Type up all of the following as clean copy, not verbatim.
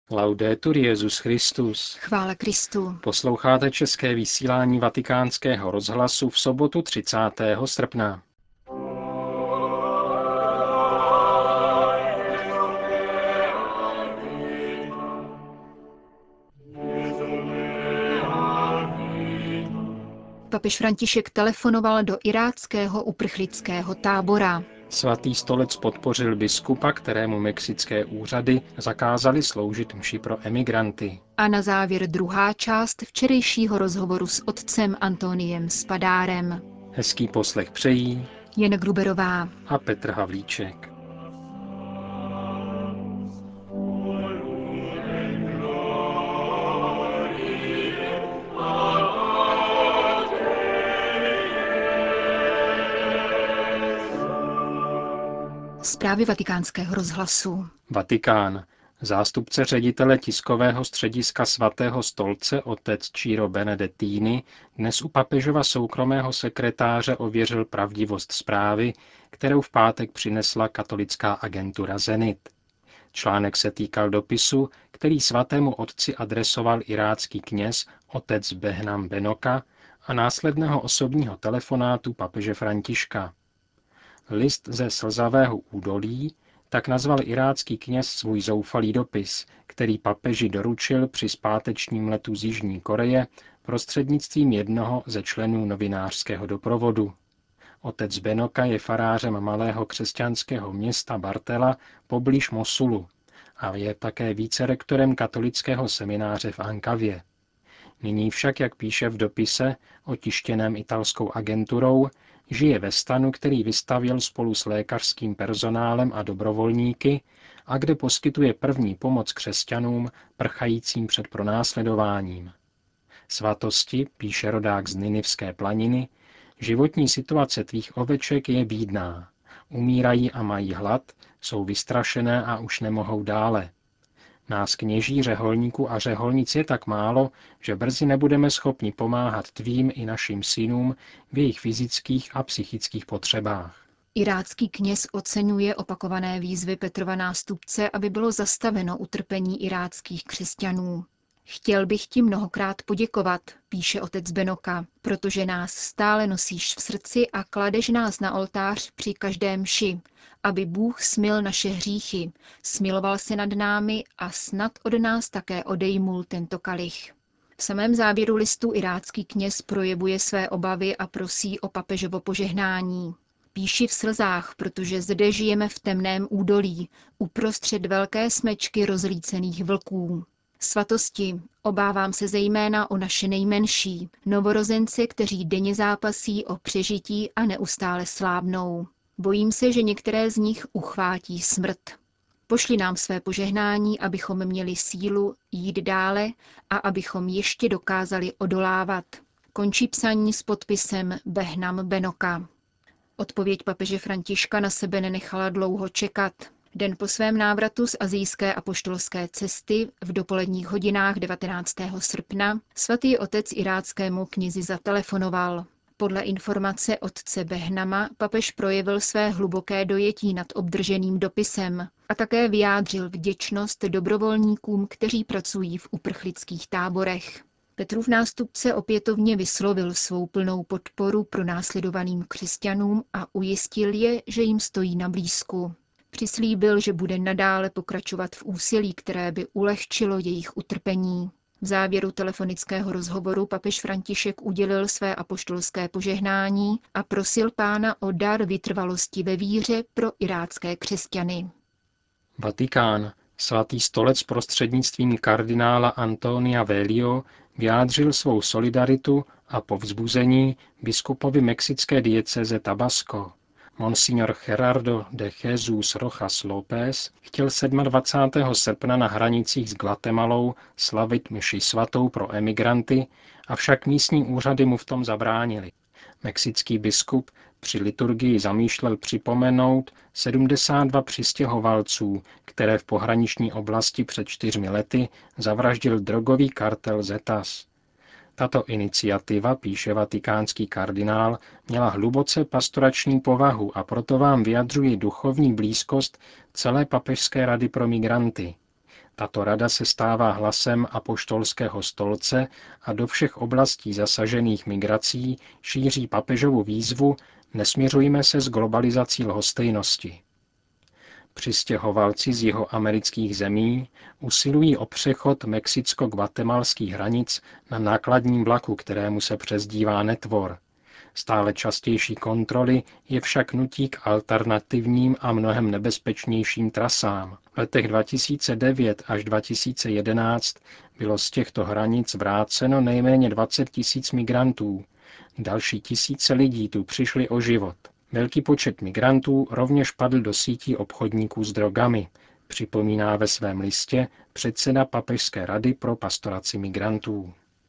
Laudetur Jesus Christus. Chvála Kristu. Posloucháte české vysílání Vatikánského rozhlasu v sobotu 30. srpna. Papež František telefonoval do iráckého uprchlického tábora. Svatý stolec podpořil biskupa, kterému mexické úřady zakázaly sloužit mši pro emigranty. A na závěr druhá část včerejšího rozhovoru s otcem Antoniem Spadárem. Hezký poslech přejí Jana Gruberová a Petr Havlíček. Zprávy Vatikánského rozhlasu. Vatikán. Zástupce ředitele tiskového střediska Svatého stolce otec Ciro Benedettini dnes u papežova soukromého sekretáře ověřil pravdivost zprávy, kterou v pátek přinesla katolická agentura Zenit. Článek se týkal dopisu, který svatému otci adresoval irácký kněz otec Behnam Benoka a následného osobního telefonátu papeže Františka. List ze Slzavého údolí tak nazval irácký kněz svůj zoufalý dopis, který papeži doručil při zpátečním letu z Jižní Koreje prostřednictvím jednoho ze členů novinářského doprovodu. Otec Benoka je farářem malého křesťanského města Bartela poblíž Mosulu a je také vícerektorem katolického semináře v Ankavě. Nyní však, jak píše v dopise, otištěném italskou agenturou, žije ve stanu, který vystavěl spolu s lékařským personálem a dobrovolníky a kde poskytuje první pomoc křesťanům prchajícím před pronásledováním. Svatosti, píše rodák z Ninivské planiny, životní situace tvých oveček je bídná. Umírají a mají hlad, jsou vystrašené a už nemohou dále. Nás kněží, řeholníků a řeholnic je tak málo, že brzy nebudeme schopni pomáhat tvým i našim synům v jejich fyzických a psychických potřebách. Irácký kněz oceňuje opakované výzvy Petrova nástupce, aby bylo zastaveno utrpení iráckých křesťanů. Chtěl bych ti mnohokrát poděkovat, píše otec Benoka, protože nás stále nosíš v srdci a kladeš nás na oltář při každé mši, aby Bůh smil naše hříchy, smiloval se nad námi a snad od nás také odejmul tento kalich. V samém závěru listu irácký kněz projevuje své obavy a prosí o papežovo požehnání. Píši v slzách, protože zde žijeme v temném údolí, uprostřed velké smečky rozlícených vlků. Svatosti, obávám se zejména o naše nejmenší, novorozence, kteří denně zápasí o přežití a neustále slábnou. Bojím se, že některé z nich uchvátí smrt. Pošli nám své požehnání, abychom měli sílu jít dále a abychom ještě dokázali odolávat. Končí psaní s podpisem Behnam Benoka. Odpověď papeže Františka na sebe nenechala dlouho čekat. Den po svém návratu z asijské apoštolské cesty v dopoledních hodinách 19. srpna svatý otec iráckému knězi zatelefonoval. Podle informace otce Behnama papež projevil své hluboké dojetí nad obdrženým dopisem a také vyjádřil vděčnost dobrovolníkům, kteří pracují v uprchlických táborech. Petrův nástupce opětovně vyslovil svou plnou podporu pro následovaným křesťanům a ujistil je, že jim stojí na blízku. Přislíbil, že bude nadále pokračovat v úsilí, které by ulehčilo jejich utrpení. V závěru telefonického rozhovoru papež František udělil své apoštolské požehnání a prosil Pána o dar vytrvalosti ve víře pro irácké křesťany. Vatikán. Svatý stolec prostřednictvím kardinála Antonia Velio vyjádřil svou solidaritu a povzbuzení biskupovi mexické diecéze Tabasco. Monsignor Gerardo de Jesus Rojas López chtěl 27. srpna na hranicích s Guatemalou slavit mši svatou pro emigranty, avšak místní úřady mu v tom zabránili. Mexický biskup při liturgii zamýšlel připomenout 72 přistěhovalců, které v pohraniční oblasti před 4 lety zavraždil drogový kartel Zetas. Tato iniciativa, píše vatikánský kardinál, měla hluboce pastorační povahu a proto vám vyjadřuji duchovní blízkost celé Papežské rady pro migranty. Tato rada se stává hlasem apoštolského stolce a do všech oblastí zasažených migrací šíří papežovu výzvu Nesměřujme se s globalizací lhostejnosti. Přistěhovalci z jihoamerických zemí usilují o přechod mexicko-guatemalských hranic na nákladním vlaku, kterému se přezdívá Netvor. Stále častější kontroly je však nutí k alternativním a mnohem nebezpečnějším trasám. V letech 2009 až 2011 bylo z těchto hranic vráceno nejméně 20 000 migrantů. Další tisíce lidí tu přišli o život. Velký počet migrantů rovněž padl do sítí obchodníků s drogami, připomíná ve svém listě předseda Papežské rady pro pastoraci migrantů.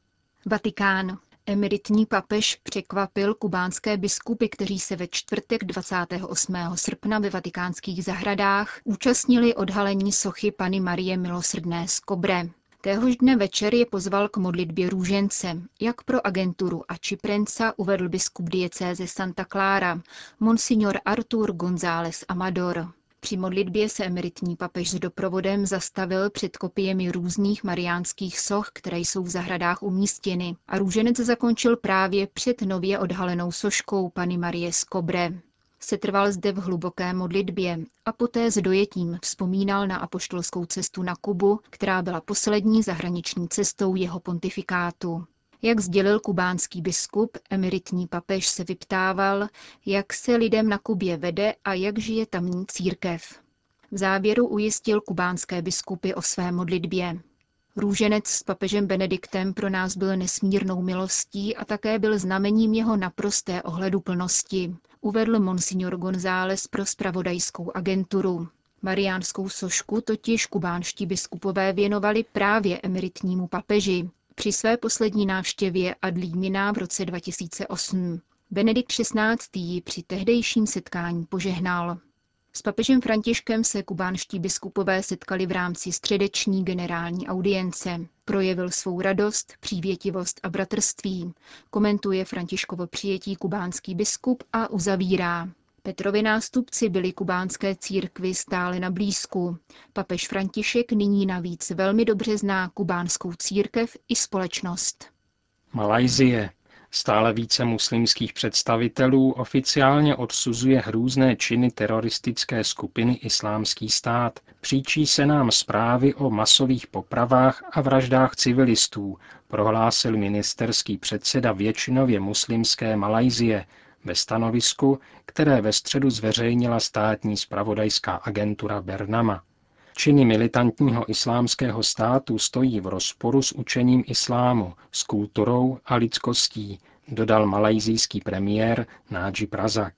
Vatikán. Emeritní papež překvapil kubánské biskupy, kteří se ve čtvrtek 28. srpna ve vatikánských zahradách účastnili odhalení sochy Panny Marie Milosrdné z Cobre. Téhož dne večer je pozval k modlitbě růžence. Jak pro agenturu a Čiprenca uvedl biskup diecéze Santa Clara, monsignor Artur González Amador. Při modlitbě se emeritní papež s doprovodem zastavil před kopiemi různých mariánských soch, které jsou v zahradách umístěny, a růženec zakončil právě před nově odhalenou soškou Panny Marie z Cobre. Setrval zde v hluboké modlitbě a poté s dojetím vzpomínal na apoštolskou cestu na Kubu, která byla poslední zahraniční cestou jeho pontifikátu. Jak sdělil kubánský biskup, emeritní papež se vyptával, jak se lidem na Kubě vede a jak žije tamní církev. V závěru ujistil kubánské biskupy o své modlitbě. Růženec s papežem Benediktem pro nás byl nesmírnou milostí a také byl znamením jeho naprosté ohleduplnosti, uvedl monsignor González pro zpravodajskou agenturu. Mariánskou sošku totiž kubánští biskupové věnovali právě emeritnímu papeži při své poslední návštěvě ad limina v roce 2008. Benedikt XVI. Ji při tehdejším setkání požehnal. S papežem Františkem se kubánští biskupové setkali v rámci středeční generální audience. Projevil svou radost, přívětivost a bratrství, komentuje Františkovo přijetí kubánský biskup a uzavírá. Petrovi nástupci byli kubánské církvi stále na blízku. Papež František nyní navíc velmi dobře zná kubánskou církev i společnost. Malajsie. Stále více muslimských představitelů oficiálně odsuzuje hrůzné činy teroristické skupiny Islámský stát. Příčí se nám zprávy o masových popravách a vraždách civilistů, prohlásil ministerský předseda většinově muslimské Malajsie ve stanovisku, které ve středu zveřejnila státní zpravodajská agentura Bernama. Činy militantního islámského státu stojí v rozporu s učením islámu, s kulturou a lidskostí, dodal malajsijský premiér Najib Razak.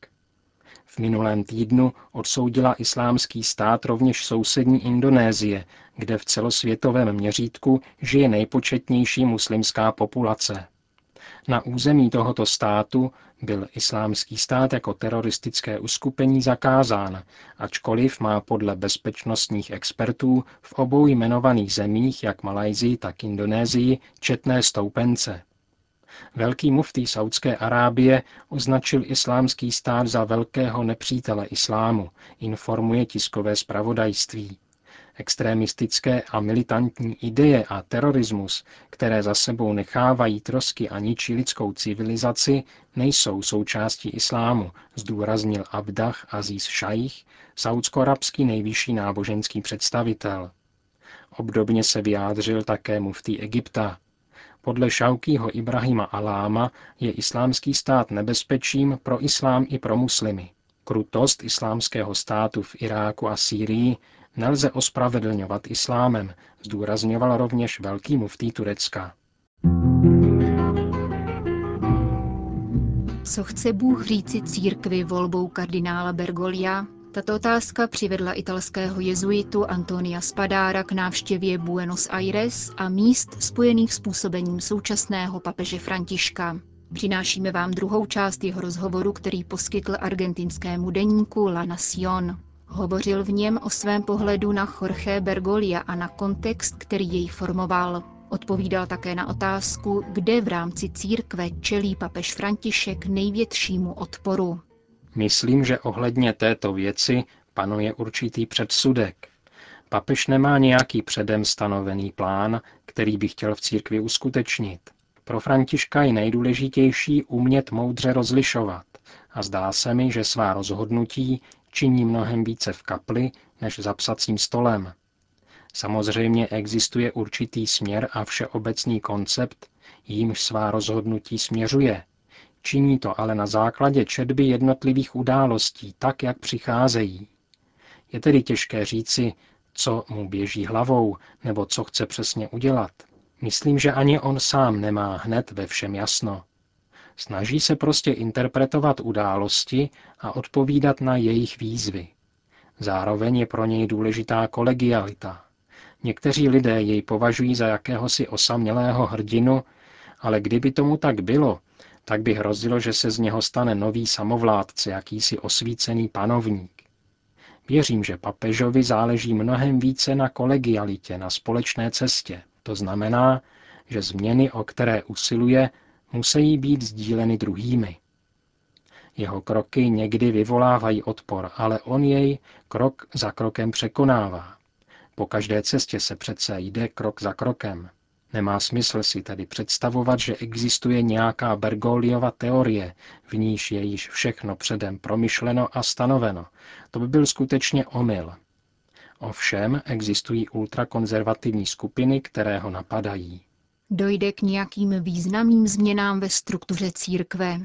V minulém týdnu odsoudila islámský stát rovněž sousední Indonésie, kde v celosvětovém měřítku žije nejpočetnější muslimská populace. Na území tohoto státu byl Islámský stát jako teroristické uskupení zakázán, ačkoliv má podle bezpečnostních expertů v obou jmenovaných zemích, jak Malajsii, tak Indonésii, četné stoupence. Velký muftý Saúdské Arábie označil Islámský stát za velkého nepřítele islámu, informuje tiskové zpravodajství. Extremistické a militantní ideje a terorismus, které za sebou nechávají trosky a ničí lidskou civilizaci, nejsou součástí islámu, zdůraznil Abdah Aziz Šajich, saúdsko-arabský nejvyšší náboženský představitel. Obdobně se vyjádřil také muftý Egypta. Podle Šaukího Ibrahima Aláma je Islámský stát nebezpečím pro islám i pro muslimy. Krutost Islámského státu v Iráku a Sýrii nelze ospravedlňovat islámem, zdůrazňoval rovněž velký muftý Turecka. Co chce Bůh říci církvi volbou kardinála Bergoglia? Tato otázka přivedla italského jezuitu Antonia Spadára k návštěvě Buenos Aires a míst spojených s působením současného papeže Františka. Přinášíme vám druhou část jeho rozhovoru, který poskytl argentinskému deníku La Nación. Hovořil v něm o svém pohledu na Jorge Bergoglia a na kontext, který jej formoval. Odpovídal také na otázku, kde v rámci církve čelí papež František největšímu odporu. Myslím, že ohledně této věci panuje určitý předsudek. Papež nemá nějaký předem stanovený plán, který by chtěl v církvi uskutečnit. Pro Františka je nejdůležitější umět moudře rozlišovat a zdá se mi, že svá rozhodnutí činí mnohem více v kapli než za psacím stolem. Samozřejmě existuje určitý směr a všeobecný koncept, jímž svá rozhodnutí směřuje. Činí to ale na základě četby jednotlivých událostí, tak, jak přicházejí. Je tedy těžké říci, co mu běží hlavou, nebo co chce přesně udělat. Myslím, že ani on sám nemá hned ve všem jasno. Snaží se prostě interpretovat události a odpovídat na jejich výzvy. Zároveň je pro něj důležitá kolegialita. Někteří lidé jej považují za jakéhosi osamělého hrdinu, ale kdyby tomu tak bylo, tak by hrozilo, že se z něho stane nový samovládce, jakýsi osvícený panovník. Věřím, že papežovi záleží mnohem více na kolegialitě, na společné cestě. To znamená, že změny, o které usiluje, musí být sdíleny druhými. Jeho kroky někdy vyvolávají odpor, ale on jej krok za krokem překonává. Po každé cestě se přece jde krok za krokem. Nemá smysl si tedy představovat, že existuje nějaká Bergoliova teorie, v níž je již všechno předem promyšleno a stanoveno. To by byl skutečně omyl. Ovšem existují ultrakonzervativní skupiny, které ho napadají. Dojde k nějakým významným změnám ve struktuře církve.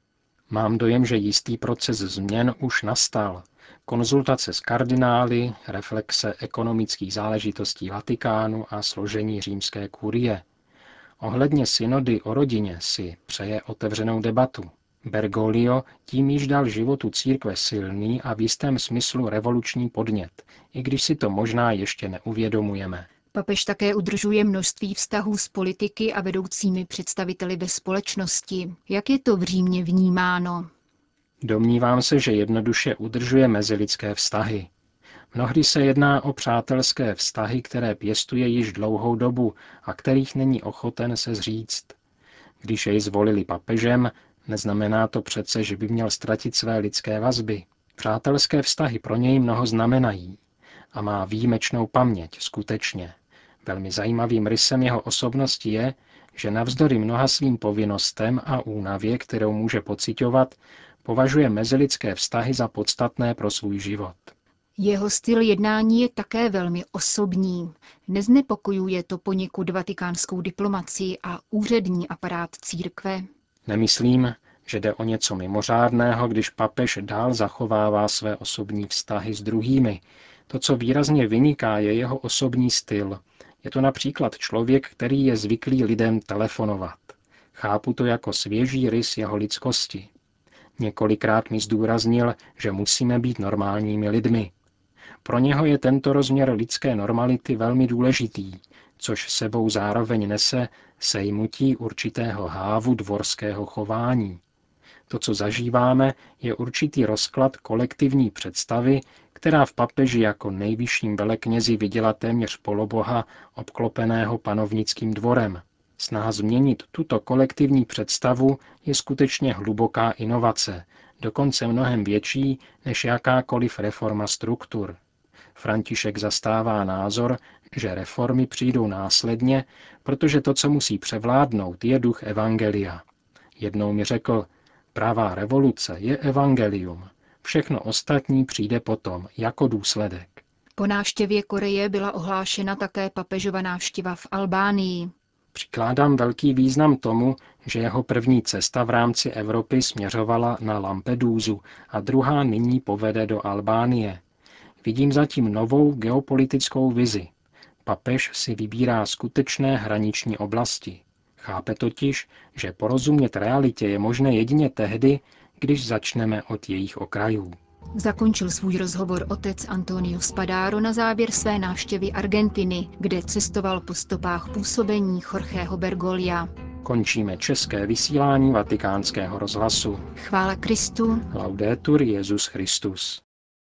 Mám dojem, že jistý proces změn už nastal. Konzultace s kardinály, reflexe ekonomických záležitostí Vatikánu a složení římské kurie. Ohledně synody o rodině si přeje otevřenou debatu. Bergoglio tím již dal životu církve silný a v jistém smyslu revoluční podnět, i když si to možná ještě neuvědomujeme. Papež také udržuje množství vztahů s politiky a vedoucími představiteli ve společnosti. Jak je to v Římě vnímáno? Domnívám se, že jednoduše udržuje mezilidské vztahy. Mnohdy se jedná o přátelské vztahy, které pěstuje již dlouhou dobu a kterých není ochoten se zříct. Když jej zvolili papežem, neznamená to přece, že by měl ztratit své lidské vazby. Přátelské vztahy pro něj mnoho znamenají a má výjimečnou paměť, skutečně. Velmi zajímavým rysem jeho osobnosti je, že navzdory mnoha svým povinnostem a únavě, kterou může pociťovat, považuje mezilidské vztahy za podstatné pro svůj život. Jeho styl jednání je také velmi osobní. Neznepokojuje to poněkud vatikánskou diplomacii a úřední aparát církve? Nemyslím, že jde o něco mimořádného, když papež dál zachovává své osobní vztahy s druhými. To, co výrazně vyniká, je jeho osobní styl. Je to například člověk, který je zvyklý lidem telefonovat. Chápu to jako svěží rys jeho lidskosti. Několikrát mi zdůraznil, že musíme být normálními lidmi. Pro něho je tento rozměr lidské normality velmi důležitý, což sebou zároveň nese sejmutí určitého hávu dvorského chování. To, co zažíváme, je určitý rozklad kolektivní představy, která v papeži jako nejvyšším veleknězi viděla téměř poloboha obklopeného panovnickým dvorem. Snaha změnit tuto kolektivní představu je skutečně hluboká inovace, dokonce mnohem větší než jakákoliv reforma struktur. František zastává názor, že reformy přijdou následně, protože to, co musí převládnout, je duch evangelia. Jednou mi řekl, pravá revoluce je evangelium. Všechno ostatní přijde potom, jako důsledek. Po návštěvě Koreje byla ohlášena také papežova návštěva v Albánii. Přikládám velký význam tomu, že jeho první cesta v rámci Evropy směřovala na Lampedúzu a druhá nyní povede do Albánie. Vidím zatím novou geopolitickou vizi. Papež si vybírá skutečné hraniční oblasti. Chápe totiž, že porozumět realitě je možné jedině tehdy, když začneme od jejich okrajů. Zakončil svůj rozhovor otec Antonio Spadaro na závěr své návštěvy Argentiny, kde cestoval po stopách působení Jorgeho Bergoglia. Končíme české vysílání Vatikánského rozhlasu. Chvála Kristu. Laudetur Jesus Christus.